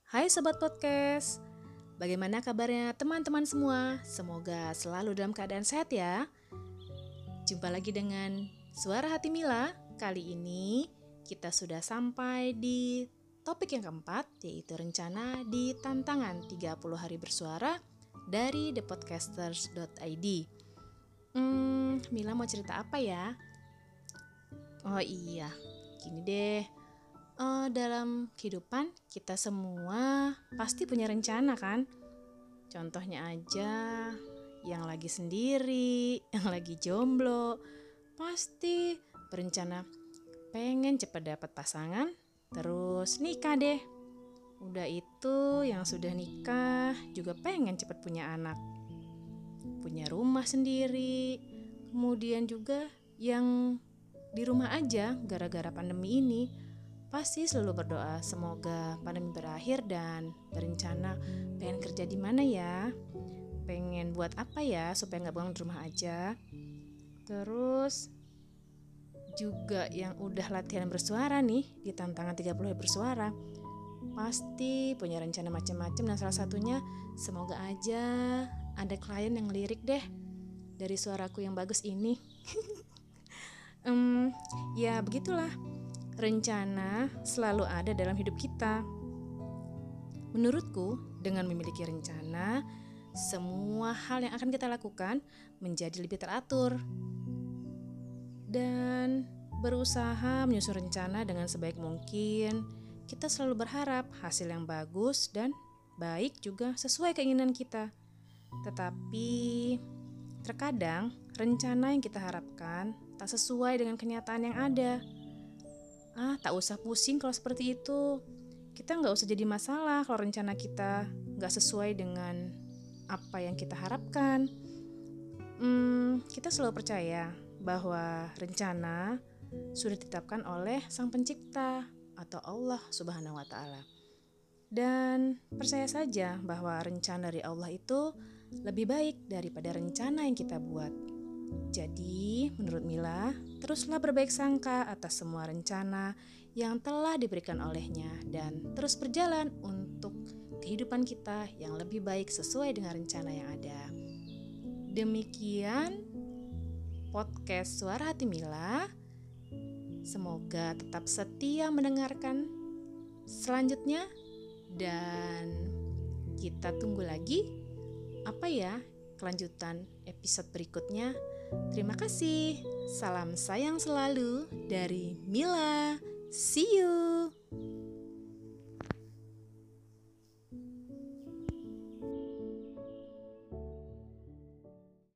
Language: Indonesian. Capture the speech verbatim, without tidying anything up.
Hai Sobat Podcast, bagaimana kabarnya teman-teman semua? Semoga selalu dalam keadaan sehat ya. Jumpa lagi dengan Suara Hati Mila. Kali ini kita sudah sampai di topik yang keempat, yaitu rencana di tantangan tiga puluh hari bersuara dari the podcasters dot i d. Hmm, Mila mau cerita apa ya? Oh iya, gini deh. Uh, dalam kehidupan kita semua pasti punya rencana kan? Contohnya aja yang lagi sendiri, yang lagi jomblo, pasti berencana pengen cepat dapat pasangan, terus nikah deh. Udah itu yang sudah nikah juga pengen cepat punya anak, punya rumah sendiri. Kemudian juga yang di rumah aja gara-gara pandemi ini pasti selalu berdoa semoga pandemi berakhir dan berencana pengen kerja di mana ya, pengen buat apa ya supaya nggak bangun di rumah aja. Terus juga yang udah latihan bersuara nih di tantangan tiga puluh hari bersuara pasti punya rencana macam-macam, dan salah satunya semoga aja ada klien yang lirik deh dari suaraku yang bagus ini. um, ya begitulah. Rencana selalu ada dalam hidup kita. Menurutku, dengan memiliki rencana, semua hal yang akan kita lakukan menjadi lebih teratur. Dan berusaha menyusun rencana dengan sebaik mungkin, kita selalu berharap hasil yang bagus dan baik juga sesuai keinginan kita. Tetapi terkadang rencana yang kita harapkan tak sesuai dengan kenyataan yang ada. Ah, tak usah pusing kalau seperti itu. Kita nggak usah jadi masalah kalau rencana kita nggak sesuai dengan apa yang kita harapkan. Hmm, kita selalu percaya bahwa rencana sudah ditetapkan oleh Sang Pencipta atau Allah Subhanahu wa Ta'ala. Dan percaya saja bahwa rencana dari Allah itu lebih baik daripada rencana yang kita buat. Jadi, menurut Mila, teruslah berbaik sangka atas semua rencana yang telah diberikan olehnya dan terus berjalan untuk kehidupan kita yang lebih baik sesuai dengan rencana yang ada. Demikian podcast Suara Hati Mila. Semoga tetap setia mendengarkan selanjutnya dan kita tunggu lagi apa ya kelanjutan episode berikutnya. Terima kasih. Salam sayang selalu dari Mila. See you.